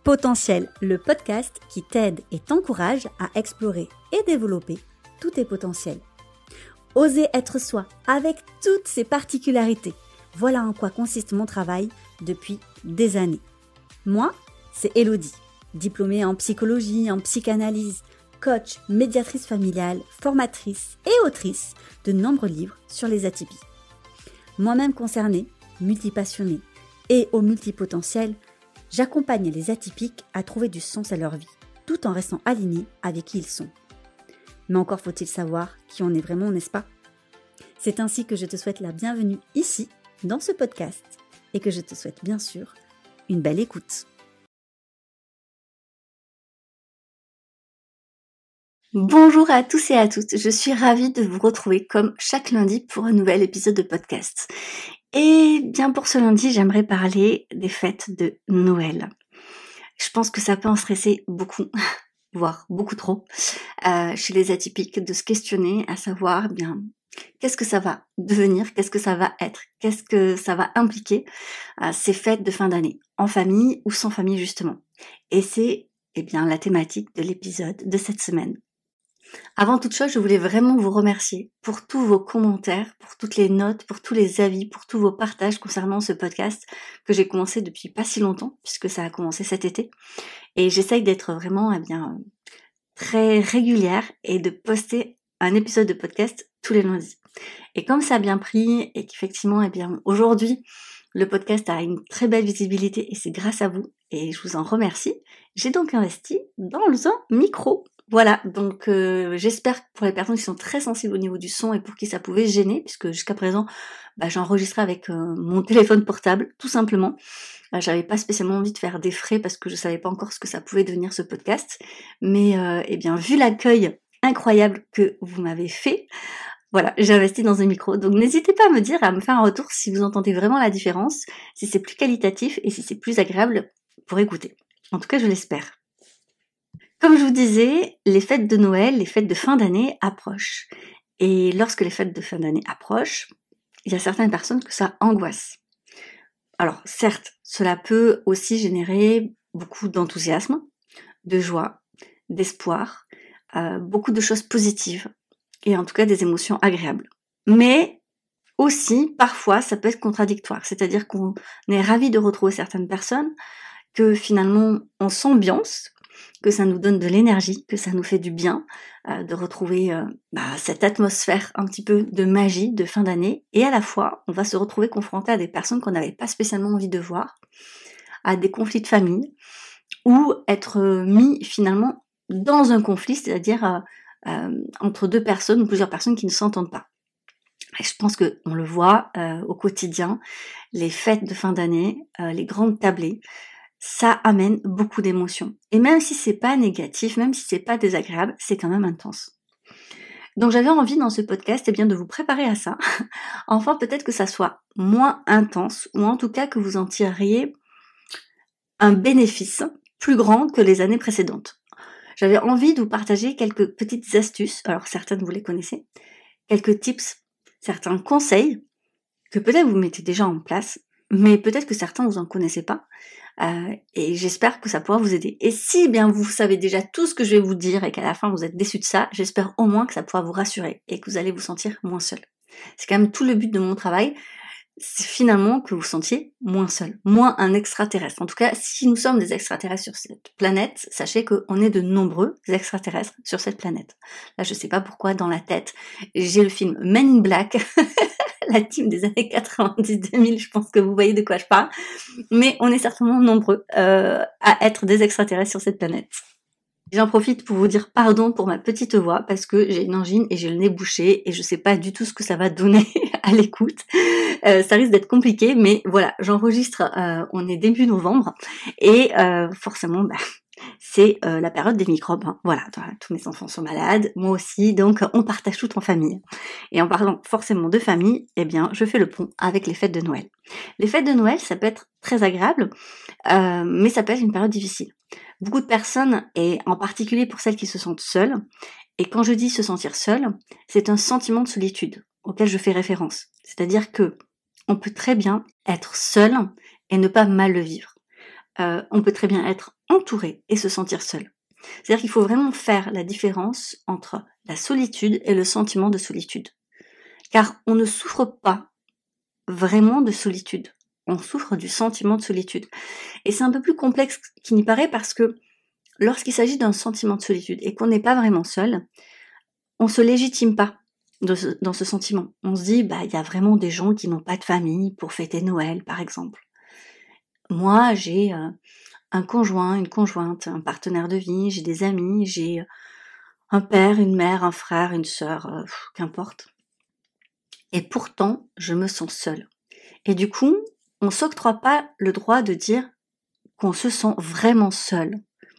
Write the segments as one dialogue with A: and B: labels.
A: Potentiel, le podcast qui t'aide et t'encourage à explorer et développer tous tes potentiels. Oser être soi avec toutes ses particularités. Voilà en quoi consiste mon travail depuis des années. Moi, c'est Elodie, diplômée en psychologie, en psychanalyse, coach, médiatrice familiale, formatrice et autrice de nombreux livres sur les atypies. Moi-même concernée, multipassionnée et au multipotentiel, j'accompagne les atypiques à trouver du sens à leur vie, tout en restant alignés avec qui ils sont. Mais encore faut-il savoir qui on est vraiment, n'est-ce pas ? C'est ainsi que je te souhaite la bienvenue ici, dans ce podcast, et que je te souhaite bien sûr une belle écoute. Bonjour à tous et à toutes, je suis ravie de vous retrouver comme chaque lundi pour un nouvel épisode de podcast. Et bien pour ce lundi, j'aimerais parler des fêtes de Noël. Je pense que ça peut en stresser beaucoup, voire beaucoup trop, chez les atypiques, de se questionner à savoir qu'est-ce que ça va devenir, qu'est-ce que ça va être, qu'est-ce que ça va impliquer ces fêtes de fin d'année, en famille ou sans famille justement. Et c'est la thématique de l'épisode de cette semaine. Avant toute chose, je voulais vraiment vous remercier pour tous vos commentaires, pour toutes les notes, pour tous les avis, pour tous vos partages concernant ce podcast que j'ai commencé depuis pas si longtemps, puisque ça a commencé cet été. Et j'essaye d'être vraiment très régulière et de poster un épisode de podcast tous les lundis. Et comme ça a bien pris et qu'effectivement, aujourd'hui, le podcast a une très belle visibilité et c'est grâce à vous et je vous en remercie, j'ai donc investi dans un micro. Voilà, donc j'espère que pour les personnes qui sont très sensibles au niveau du son et pour qui ça pouvait gêner, puisque jusqu'à présent, j'enregistrais avec mon téléphone portable, tout simplement. J'avais pas spécialement envie de faire des frais parce que je savais pas encore ce que ça pouvait devenir ce podcast. Mais vu l'accueil incroyable que vous m'avez fait, voilà, j'ai investi dans un micro. Donc n'hésitez pas à me dire, à me faire un retour si vous entendez vraiment la différence, si c'est plus qualitatif et si c'est plus agréable pour écouter. En tout cas, je l'espère. Comme je vous disais, les fêtes de Noël, les fêtes de fin d'année approchent. Et lorsque les fêtes de fin d'année approchent, il y a certaines personnes que ça angoisse. Alors certes, cela peut aussi générer beaucoup d'enthousiasme, de joie, d'espoir, beaucoup de choses positives et en tout cas des émotions agréables. Mais aussi, parfois, ça peut être contradictoire, c'est-à-dire qu'on est ravi de retrouver certaines personnes, que finalement on s'ambiance, que ça nous donne de l'énergie, que ça nous fait du bien de retrouver cette atmosphère un petit peu de magie de fin d'année, et à la fois on va se retrouver confronté à des personnes qu'on n'avait pas spécialement envie de voir, à des conflits de famille, ou être mis finalement dans un conflit, c'est-à-dire entre deux personnes ou plusieurs personnes qui ne s'entendent pas. Et je pense qu'on le voit au quotidien, les fêtes de fin d'année, les grandes tablées, ça amène beaucoup d'émotions. Et même si c'est pas négatif, même si c'est pas désagréable, c'est quand même intense. Donc j'avais envie dans ce podcast de vous préparer à ça. Enfin, peut-être que ça soit moins intense, ou en tout cas que vous en tireriez un bénéfice plus grand que les années précédentes. J'avais envie de vous partager quelques petites astuces, alors certaines vous les connaissez, quelques tips, certains conseils que peut-être vous mettez déjà en place, mais peut-être que certains vous en connaissez pas, et j'espère que ça pourra vous aider. Et si vous savez déjà tout ce que je vais vous dire et qu'à la fin vous êtes déçus de ça, j'espère au moins que ça pourra vous rassurer et que vous allez vous sentir moins seul. C'est quand même tout le but de mon travail, c'est finalement que vous vous sentiez moins seul, moins un extraterrestre. En tout cas, si nous sommes des extraterrestres sur cette planète, sachez qu'on est de nombreux extraterrestres sur cette planète. Là, je sais pas pourquoi, dans la tête, j'ai le film Men in Black, la team des années 90-2000, je pense que vous voyez de quoi je parle, mais on est certainement nombreux à être des extraterrestres sur cette planète. J'en profite pour vous dire pardon pour ma petite voix parce que j'ai une angine et j'ai le nez bouché et je sais pas du tout ce que ça va donner à l'écoute. Ça risque d'être compliqué, mais voilà, j'enregistre, on est début novembre et forcément c'est la période des microbes. Voilà, tous mes enfants sont malades, moi aussi, donc on partage tout en famille. Et en parlant forcément de famille, je fais le pont avec les fêtes de Noël. Les fêtes de Noël, ça peut être très agréable, mais ça peut être une période difficile. Beaucoup de personnes, et en particulier pour celles qui se sentent seules, et quand je dis se sentir seule, c'est un sentiment de solitude auquel je fais référence. C'est-à-dire que on peut très bien être seul et ne pas mal le vivre. on peut très bien être entouré et se sentir seul. C'est-à-dire qu'il faut vraiment faire la différence entre la solitude et le sentiment de solitude. Car on ne souffre pas vraiment de solitude, on souffre du sentiment de solitude. Et c'est un peu plus complexe qu'il n'y paraît parce que lorsqu'il s'agit d'un sentiment de solitude et qu'on n'est pas vraiment seul, on se légitime pas dans ce sentiment. On se dit, il y a vraiment des gens qui n'ont pas de famille pour fêter Noël, par exemple. Moi, j'ai un conjoint, une conjointe, un partenaire de vie, j'ai des amis, j'ai un père, une mère, un frère, une sœur, qu'importe. Et pourtant, je me sens seule. Et du coup, on s'octroie pas le droit de dire qu'on se sent vraiment seul.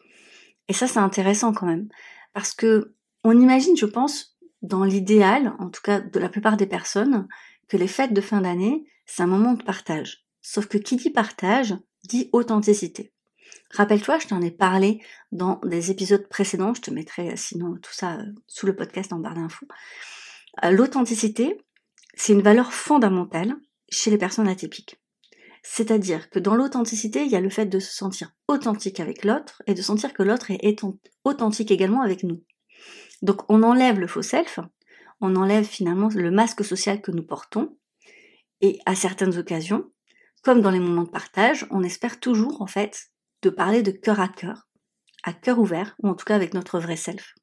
A: Et ça, c'est intéressant quand même. Parce que on imagine, je pense, dans l'idéal, en tout cas de la plupart des personnes, que les fêtes de fin d'année, c'est un moment de partage. Sauf que qui dit partage, dit authenticité. Rappelle-toi, je t'en ai parlé dans des épisodes précédents, je te mettrai sinon tout ça sous le podcast en barre d'infos. L'authenticité, c'est une valeur fondamentale chez les personnes atypiques. C'est-à-dire que dans l'authenticité, il y a le fait de se sentir authentique avec l'autre et de sentir que l'autre est authentique également avec nous. Donc on enlève le faux self, on enlève finalement le masque social que nous portons et à certaines occasions, comme dans les moments de partage, on espère toujours en fait de parler de cœur à cœur ouvert, ou en tout cas avec notre vrai self.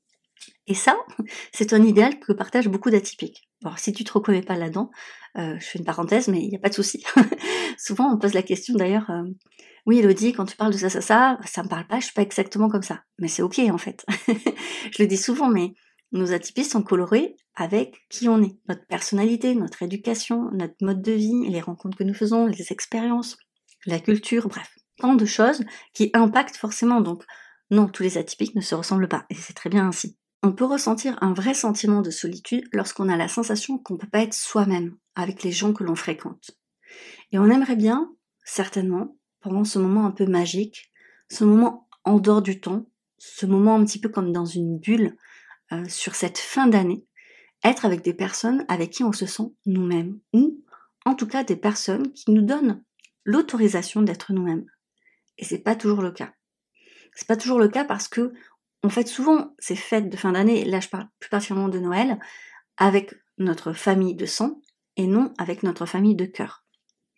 A: Et ça, c'est un idéal que partagent beaucoup d'atypiques. Alors si tu te reconnais pas là-dedans, je fais une parenthèse, mais il n'y a pas de souci. Souvent on pose la question d'ailleurs, oui Elodie, quand tu parles de ça me parle pas, je suis pas exactement comme ça. Mais c'est ok en fait. Je le dis souvent, mais nos atypies sont colorées avec qui on est, notre personnalité, notre éducation, notre mode de vie, les rencontres que nous faisons, les expériences, la culture, bref, tant de choses qui impactent forcément. Donc non, tous les atypiques ne se ressemblent pas, et c'est très bien ainsi. On peut ressentir un vrai sentiment de solitude lorsqu'on a la sensation qu'on ne peut pas être soi-même avec les gens que l'on fréquente. Et on aimerait bien, certainement, pendant ce moment un peu magique, ce moment en dehors du temps, ce moment un petit peu comme dans une bulle, sur cette fin d'année, être avec des personnes avec qui on se sent nous-mêmes, ou en tout cas des personnes qui nous donnent l'autorisation d'être nous-mêmes. Et c'est pas toujours le cas. C'est pas toujours le cas parce que on fête souvent ces fêtes de fin d'année, et là je parle plus particulièrement de Noël, avec notre famille de sang et non avec notre famille de cœur.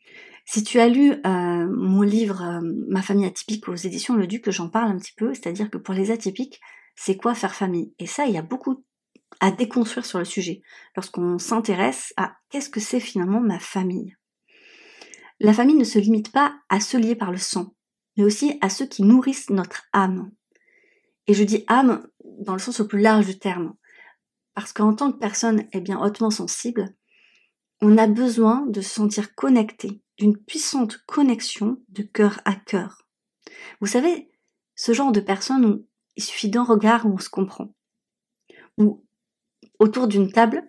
A: Si tu as lu mon livre Ma famille atypique aux éditions Le Duc, j'en parle un petit peu, c'est-à-dire que pour les atypiques, c'est quoi faire famille? Et ça, il y a beaucoup à déconstruire sur le sujet, lorsqu'on s'intéresse à qu'est-ce que c'est finalement ma famille. La famille ne se limite pas à ceux liés par le sang, mais aussi à ceux qui nourrissent notre âme. Et je dis âme dans le sens au plus large du terme, parce qu'en tant que personne hautement sensible, on a besoin de se sentir connecté, d'une puissante connexion de cœur à cœur. Vous savez, ce genre de personne où il suffit d'un regard où on se comprend. Ou autour d'une table,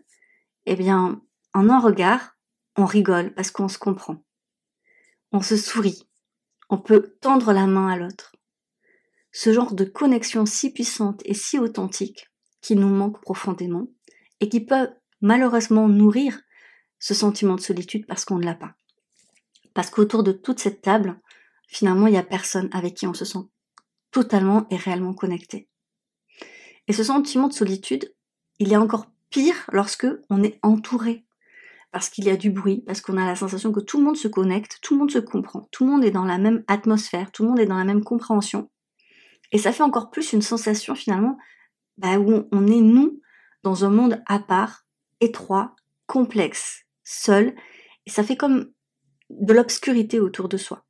A: en un regard, on rigole parce qu'on se comprend. On se sourit. On peut tendre la main à l'autre. Ce genre de connexion si puissante et si authentique qui nous manque profondément et qui peut malheureusement nourrir ce sentiment de solitude parce qu'on ne l'a pas. Parce qu'autour de toute cette table, finalement, il n'y a personne avec qui on se sent totalement et réellement connecté. Et ce sentiment de solitude, il est encore pire lorsque on est entouré. Parce qu'il y a du bruit, parce qu'on a la sensation que tout le monde se connecte, tout le monde se comprend, tout le monde est dans la même atmosphère, tout le monde est dans la même compréhension. Et ça fait encore plus une sensation finalement où on est nous dans un monde à part, étroit, complexe, seul, et ça fait comme de l'obscurité autour de soi.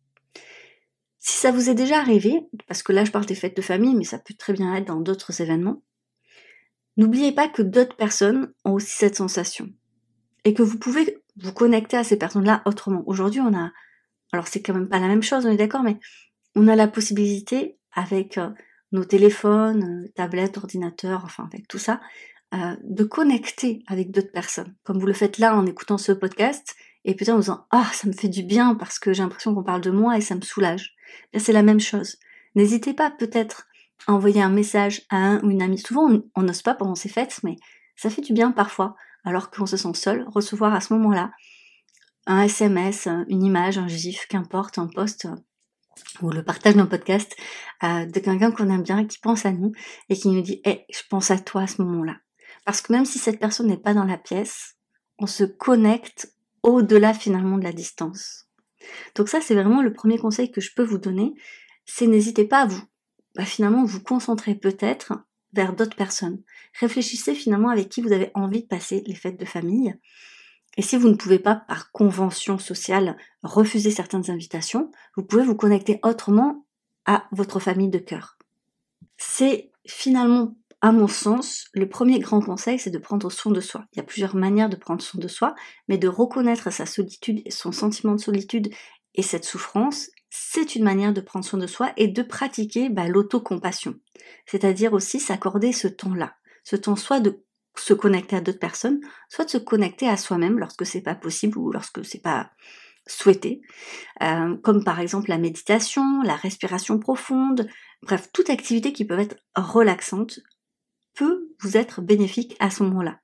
A: Si ça vous est déjà arrivé, parce que là je parle des fêtes de famille, mais ça peut très bien être dans d'autres événements, n'oubliez pas que d'autres personnes ont aussi cette sensation. Et que vous pouvez vous connecter à ces personnes-là autrement. Aujourd'hui, alors c'est quand même pas la même chose, on est d'accord, mais on a la possibilité, avec nos téléphones, tablettes, ordinateurs, enfin avec tout ça, de connecter avec d'autres personnes. Comme vous le faites là en écoutant ce podcast, et peut-être en vous disant « Ah, ça me fait du bien parce que j'ai l'impression qu'on parle de moi et ça me soulage. » C'est la même chose. N'hésitez pas peut-être à envoyer un message à un ou une amie. Souvent, on n'ose pas pendant ces fêtes, mais ça fait du bien parfois, alors qu'on se sent seul, recevoir à ce moment-là un SMS, une image, un gif, qu'importe, un post, ou le partage d'un podcast de quelqu'un qu'on aime bien, qui pense à nous et qui nous dit hey, je pense à toi à ce moment-là. Parce que même si cette personne n'est pas dans la pièce, on se connecte au-delà finalement de la distance. Donc ça, c'est vraiment le premier conseil que je peux vous donner, c'est n'hésitez pas à finalement vous concentrer peut-être vers d'autres personnes. Réfléchissez finalement avec qui vous avez envie de passer les fêtes de famille. Et si vous ne pouvez pas, par convention sociale, refuser certaines invitations, vous pouvez vous connecter autrement à votre famille de cœur. C'est finalement, à mon sens, le premier grand conseil, c'est de prendre soin de soi. Il y a plusieurs manières de prendre soin de soi, mais de reconnaître sa solitude, son sentiment de solitude et cette souffrance, c'est une manière de prendre soin de soi et de pratiquer l'autocompassion. C'est-à-dire aussi s'accorder ce temps-là. Ce temps soit de se connecter à d'autres personnes, soit de se connecter à soi-même lorsque c'est pas possible ou lorsque c'est pas souhaité, comme par exemple la méditation, la respiration profonde, bref, toute activité qui peut être relaxante peut vous être bénéfique à ce moment-là.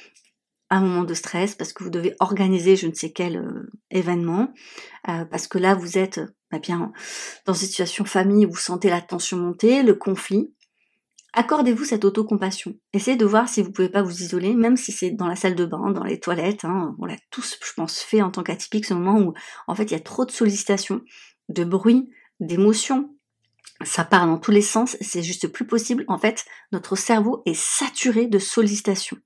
A: Un moment de stress parce que vous devez organiser je ne sais quel événement, parce que là vous êtes bien dans une situation famille où vous sentez la tension monter, le conflit. Accordez-vous cette autocompassion. Essayez de voir si vous pouvez pas vous isoler, même si c'est dans la salle de bain, dans les toilettes. On l'a tous, je pense, fait en tant qu'atypique, ce moment où, en fait, il y a trop de sollicitations, de bruit, d'émotions. Ça part dans tous les sens, c'est juste plus possible. En fait, notre cerveau est saturé de sollicitations.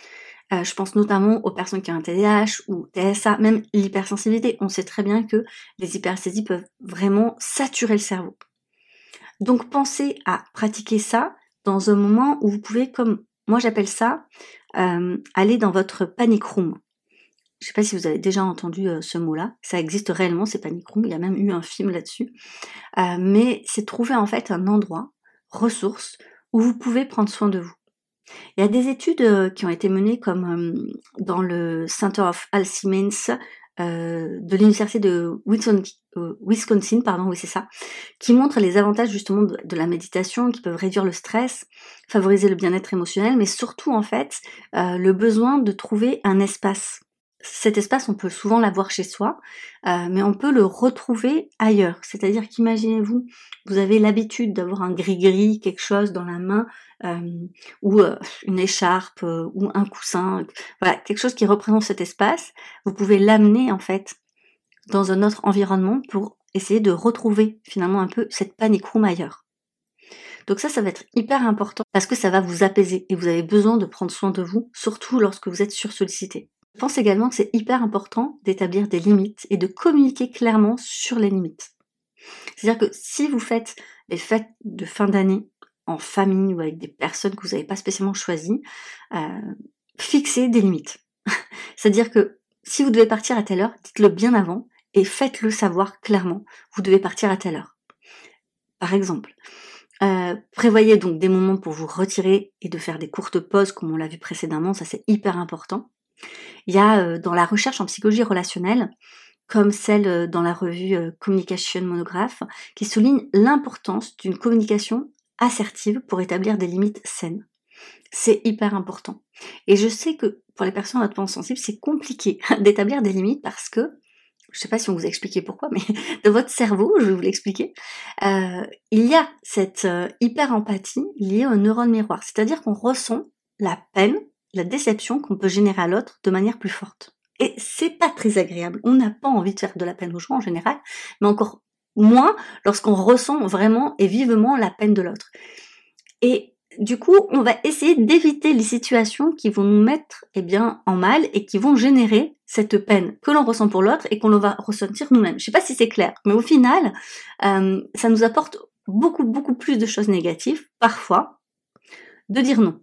A: Je pense notamment aux personnes qui ont un TDAH ou TSA, même l'hypersensibilité. On sait très bien que les hypersaisies peuvent vraiment saturer le cerveau. Donc pensez à pratiquer ça dans un moment où vous pouvez, comme moi j'appelle ça, aller dans votre panic room. Je ne sais pas si vous avez déjà entendu ce mot-là, ça existe réellement ces panic rooms, il y a même eu un film là-dessus, mais c'est trouver en fait un endroit, ressource, où vous pouvez prendre soin de vous. Il y a des études qui ont été menées comme dans le Center of Alzheimer's de l'université de Wisconsin, oui c'est ça, qui montrent les avantages justement de la méditation, qui peuvent réduire le stress, favoriser le bien-être émotionnel, mais surtout en fait le besoin de trouver un espace. Cet espace, on peut souvent l'avoir chez soi, mais on peut le retrouver ailleurs. C'est-à-dire qu'imaginez-vous, vous avez l'habitude d'avoir un gris-gris, quelque chose dans la main, ou une écharpe, ou un coussin, voilà, quelque chose qui représente cet espace. Vous pouvez l'amener en fait dans un autre environnement pour essayer de retrouver finalement un peu cette panic room ailleurs. Donc ça va être hyper important parce que ça va vous apaiser et vous avez besoin de prendre soin de vous, surtout lorsque vous êtes sursollicité. Je pense également que c'est hyper important d'établir des limites et de communiquer clairement sur les limites. C'est-à-dire que si vous faites les fêtes de fin d'année en famille ou avec des personnes que vous n'avez pas spécialement choisies, fixez des limites. C'est-à-dire que si vous devez partir à telle heure, dites-le bien avant et faites-le savoir clairement. Vous devez partir à telle heure. Par exemple, prévoyez donc des moments pour vous retirer et de faire des courtes pauses comme on l'a vu précédemment, ça c'est hyper important. Il y a dans la recherche en psychologie relationnelle, comme celle dans la revue Communication Monograph, qui souligne l'importance d'une communication assertive pour établir des limites saines. C'est hyper important. Et je sais que pour les personnes hautement sensibles, c'est compliqué d'établir des limites parce que, je ne sais pas si on vous a expliqué pourquoi, mais dans votre cerveau, je vais vous l'expliquer, il y a cette hyper-empathie liée au neurone miroir. C'est-à-dire qu'on ressent la peine, la déception qu'on peut générer à l'autre de manière plus forte. Et c'est pas très agréable. On n'a pas envie de faire de la peine aux gens en général, mais encore moins lorsqu'on ressent vraiment et vivement la peine de l'autre. Et du coup, on va essayer d'éviter les situations qui vont nous mettre en mal et qui vont générer cette peine que l'on ressent pour l'autre et qu'on va ressentir nous-mêmes. Je sais pas si c'est clair, mais au final, ça nous apporte beaucoup plus de choses négatives, parfois, de dire non.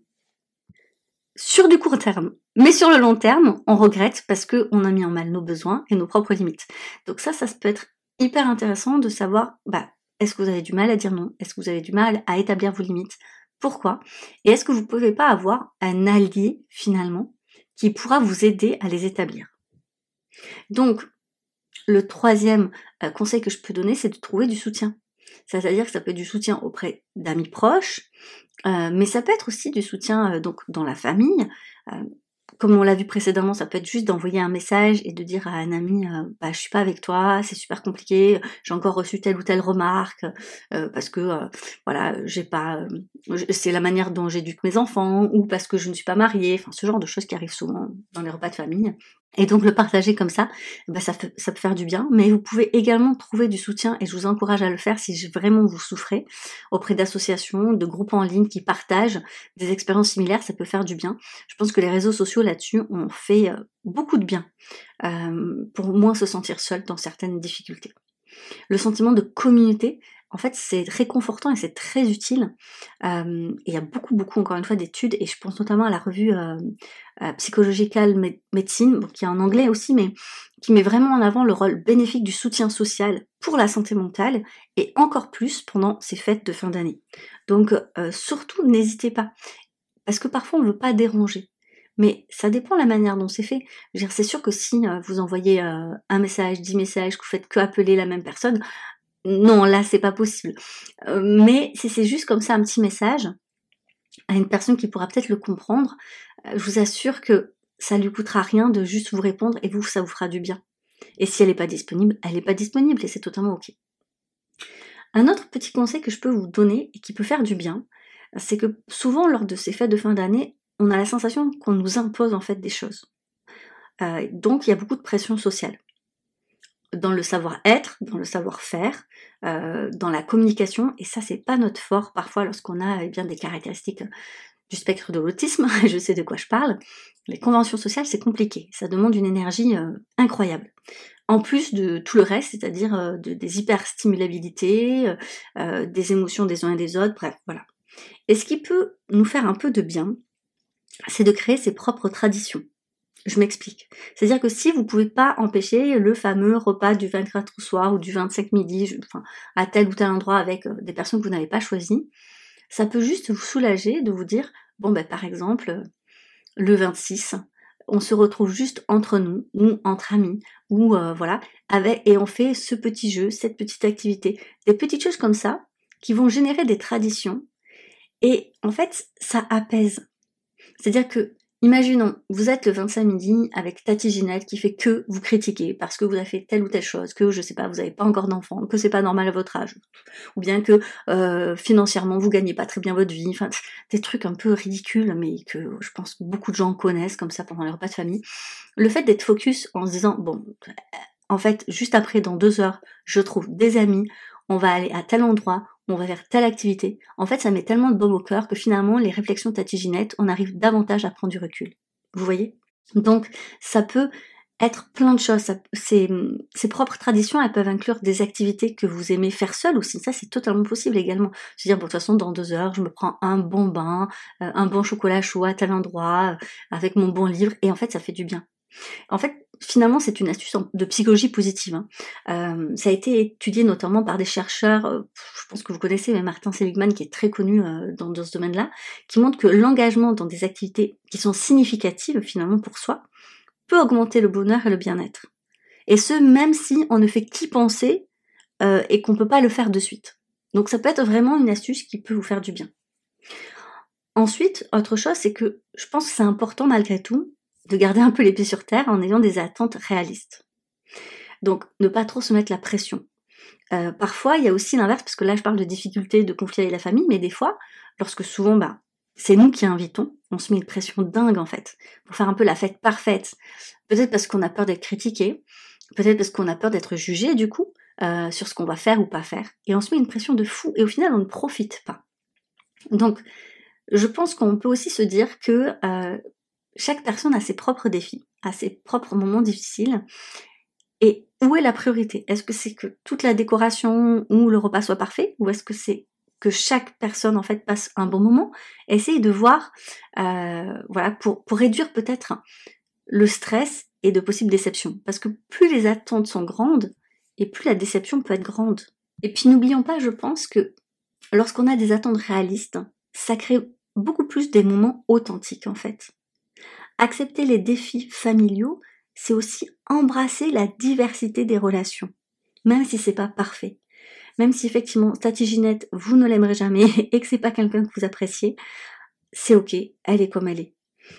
A: Sur du court terme. Mais sur le long terme, on regrette parce qu'on a mis en mal nos besoins et nos propres limites. Donc ça peut être hyper intéressant de savoir, est-ce que vous avez du mal à dire non? Est-ce que vous avez du mal à établir vos limites? Pourquoi? Et est-ce que vous ne pouvez pas avoir un allié, finalement, qui pourra vous aider à les établir? Donc, le troisième conseil que je peux donner, c'est de trouver du soutien. C'est-à-dire que ça peut être du soutien auprès d'amis proches, mais ça peut être aussi du soutien donc dans la famille. comme on l'a vu précédemment, ça peut être juste d'envoyer un message et de dire à un ami je suis pas avec toi, c'est super compliqué, j'ai encore reçu telle ou telle remarque, parce que voilà, j'ai pas c'est la manière dont j'éduque mes enfants, ou parce que je ne suis pas mariée, enfin ce genre de choses qui arrivent souvent dans les repas de famille. Et donc le partager comme ça, ça peut faire du bien, mais vous pouvez également trouver du soutien, et je vous encourage à le faire si vraiment vous souffrez, auprès d'associations, de groupes en ligne qui partagent des expériences similaires, ça peut faire du bien. Je pense que les réseaux sociaux là-dessus ont fait beaucoup de bien, pour moins se sentir seul dans certaines difficultés. Le sentiment de communauté, en fait, c'est réconfortant et c'est très utile. Et il y a beaucoup, encore une fois, d'études, et je pense notamment à la revue Psychological Medicine, qui est en anglais aussi, mais qui met vraiment en avant le rôle bénéfique du soutien social pour la santé mentale, et encore plus pendant ces fêtes de fin d'année. Donc, surtout, n'hésitez pas, parce que parfois, on ne veut pas déranger. Mais ça dépend de la manière dont c'est fait. Je veux dire, c'est sûr que si vous envoyez un message, 10 messages, que vous faites que appeler la même personne, non, là, c'est pas possible. Mais si c'est juste comme ça un petit message à une personne qui pourra peut-être le comprendre, je vous assure que ça lui coûtera rien de juste vous répondre, et vous, ça vous fera du bien. Et si elle n'est pas disponible, elle n'est pas disponible, et c'est totalement ok. Un autre petit conseil que je peux vous donner et qui peut faire du bien, c'est que souvent lors de ces fêtes de fin d'année, on a la sensation qu'on nous impose en fait des choses. Donc il y a beaucoup de pression sociale. Dans le savoir-être, dans le savoir-faire, dans la communication, et ça c'est pas notre fort parfois lorsqu'on a bien des caractéristiques du spectre de l'autisme, je sais de quoi je parle. Les conventions sociales, c'est compliqué, ça demande une énergie incroyable. En plus de tout le reste, c'est-à-dire des hyperstimulabilités, des émotions des uns et des autres, bref, voilà. Et ce qui peut nous faire un peu de bien, c'est de créer ses propres traditions. Je m'explique. C'est-à-dire que si vous pouvez pas empêcher le fameux repas du 24 au soir ou du 25 midi, à tel ou tel endroit avec des personnes que vous n'avez pas choisies, ça peut juste vous soulager de vous dire, par exemple, le 26, on se retrouve juste entre nous, ou entre amis, ou voilà, et on fait ce petit jeu, cette petite activité, des petites choses comme ça, qui vont générer des traditions, et en fait, ça apaise. C'est-à-dire que, imaginons, vous êtes le 25 midi avec Tati Ginette qui fait que vous critiquer parce que vous avez fait telle ou telle chose, que je sais pas, vous n'avez pas encore d'enfant, que c'est pas normal à votre âge, ou bien que financièrement vous gagnez pas très bien votre vie, enfin des trucs un peu ridicules, mais que je pense que beaucoup de gens connaissent comme ça pendant les repas de famille. Le fait d'être focus en se disant en fait, juste après, dans 2 heures, je trouve des amis, on va aller à tel endroit, on va faire telle activité. En fait, ça met tellement de baume au cœur que finalement, les réflexions de Tati Ginette, on arrive davantage à prendre du recul. Vous voyez? Donc, ça peut être plein de choses. Ces propres traditions, elles peuvent inclure des activités que vous aimez faire seul aussi. Ça, c'est totalement possible également. Se dire, de toute façon, dans 2 heures, je me prends un bon bain, un bon chocolat chaud à tel endroit, avec mon bon livre, et en fait, ça fait du bien. En fait, finalement, c'est une astuce de psychologie positive. Ça a été étudié notamment par des chercheurs, je pense que vous connaissez, mais Martin Seligman, qui est très connu dans ce domaine-là, qui montre que l'engagement dans des activités qui sont significatives finalement pour soi peut augmenter le bonheur et le bien-être. Et ce, même si on ne fait qu'y penser et qu'on ne peut pas le faire de suite. Donc ça peut être vraiment une astuce qui peut vous faire du bien. Ensuite, autre chose, c'est que je pense que c'est important malgré tout de garder un peu les pieds sur terre en ayant des attentes réalistes. Donc, ne pas trop se mettre la pression. Parfois, il y a aussi l'inverse, parce que là, je parle de difficultés, de conflits avec la famille, mais des fois, lorsque souvent, c'est nous qui invitons, on se met une pression dingue, en fait, pour faire un peu la fête parfaite. Peut-être parce qu'on a peur d'être critiqué, peut-être parce qu'on a peur d'être jugé, du coup, sur ce qu'on va faire ou pas faire. Et on se met une pression de fou, et au final, on ne profite pas. Donc, je pense qu'on peut aussi se dire que chaque personne a ses propres défis, a ses propres moments difficiles. Et où est la priorité? Est-ce que c'est que toute la décoration ou le repas soit parfait? Ou est-ce que c'est que chaque personne en fait passe un bon moment? Essayez de voir, pour réduire peut-être le stress et de possibles déceptions. Parce que plus les attentes sont grandes, et plus la déception peut être grande. Et puis n'oublions pas, je pense que lorsqu'on a des attentes réalistes, ça crée beaucoup plus des moments authentiques en fait. Accepter les défis familiaux, c'est aussi embrasser la diversité des relations, même si c'est pas parfait. Même si effectivement, Tati Ginette, vous ne l'aimerez jamais et que c'est pas quelqu'un que vous appréciez, c'est ok, elle est comme elle est.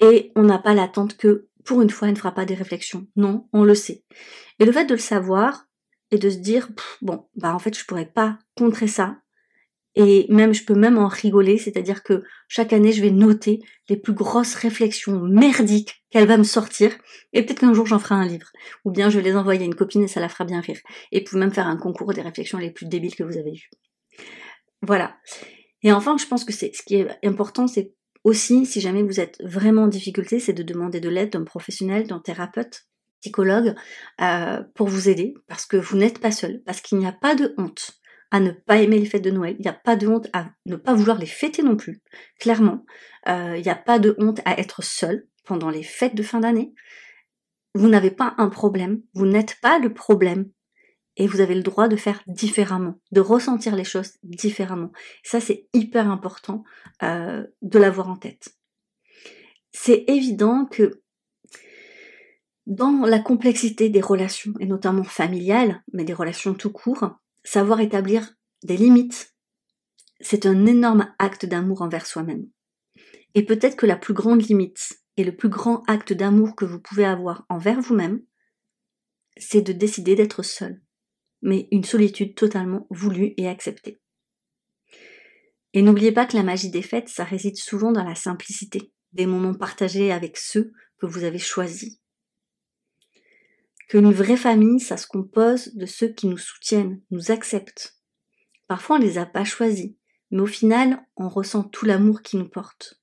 A: Et on n'a pas l'attente que, pour une fois, elle ne fera pas des réflexions. Non, on le sait. Et le fait de le savoir et de se dire, bon, en fait, je pourrais pas contrer ça. Et même, je peux même en rigoler, c'est-à-dire que chaque année, je vais noter les plus grosses réflexions merdiques qu'elle va me sortir. Et peut-être qu'un jour, j'en ferai un livre. Ou bien, je vais les envoyer à une copine et ça la fera bien rire. Et vous pouvez même faire un concours des réflexions les plus débiles que vous avez eues. Voilà. Et enfin, je pense que ce qui est important, c'est aussi, si jamais vous êtes vraiment en difficulté, c'est de demander de l'aide d'un professionnel, d'un thérapeute, psychologue, pour vous aider, parce que vous n'êtes pas seul, parce qu'il n'y a pas de honte à ne pas aimer les fêtes de Noël, il n'y a pas de honte à ne pas vouloir les fêter non plus, clairement, il n'y a pas de honte à être seul pendant les fêtes de fin d'année. Vous n'avez pas un problème, vous n'êtes pas le problème, et vous avez le droit de faire différemment, de ressentir les choses différemment. Ça, c'est hyper important de l'avoir en tête. C'est évident que dans la complexité des relations, et notamment familiales, mais des relations tout court, savoir établir des limites, c'est un énorme acte d'amour envers soi-même. Et peut-être que la plus grande limite et le plus grand acte d'amour que vous pouvez avoir envers vous-même, c'est de décider d'être seul, mais une solitude totalement voulue et acceptée. Et n'oubliez pas que la magie des fêtes, ça réside souvent dans la simplicité, des moments partagés avec ceux que vous avez choisis. Qu'une vraie famille, ça se compose de ceux qui nous soutiennent, nous acceptent. Parfois, on les a pas choisis, mais au final, on ressent tout l'amour qui nous porte.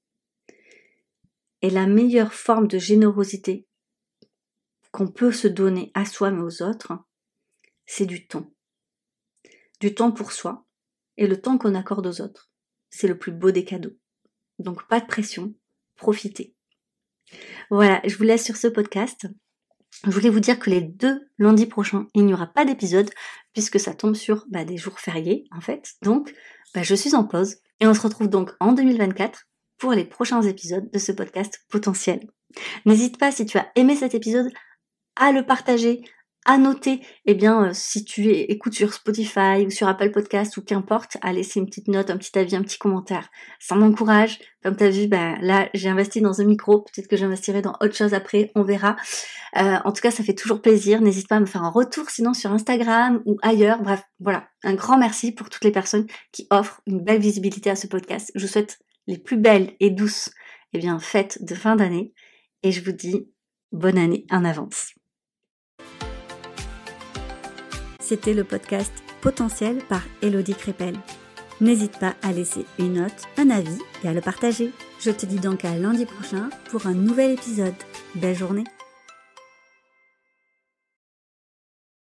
A: Et la meilleure forme de générosité qu'on peut se donner à soi mais aux autres, c'est du temps. Du temps pour soi et le temps qu'on accorde aux autres. C'est le plus beau des cadeaux. Donc pas de pression, profitez. Voilà, je vous laisse sur ce podcast. Je voulais vous dire que les 2 lundis prochains, il n'y aura pas d'épisode puisque ça tombe sur des jours fériés en fait. Donc, je suis en pause et on se retrouve donc en 2024 pour les prochains épisodes de ce podcast potentiel. N'hésite pas, si tu as aimé cet épisode, à le partager, à noter, si tu écoutes sur Spotify ou sur Apple Podcast ou qu'importe, à laisser une petite note, un petit avis, un petit commentaire. Ça m'encourage. Comme tu as vu, là, j'ai investi dans un micro. Peut-être que j'investirai dans autre chose après, on verra. En tout cas, ça fait toujours plaisir. N'hésite pas à me faire un retour, sinon sur Instagram ou ailleurs. Bref, voilà. Un grand merci pour toutes les personnes qui offrent une belle visibilité à ce podcast. Je vous souhaite les plus belles et douces, fêtes de fin d'année. Et je vous dis bonne année en avance. C'était le podcast Potentiel par Élodie Crépel. N'hésite pas à laisser une note, un avis et à le partager. Je te dis donc à lundi prochain pour un nouvel épisode. Belle journée!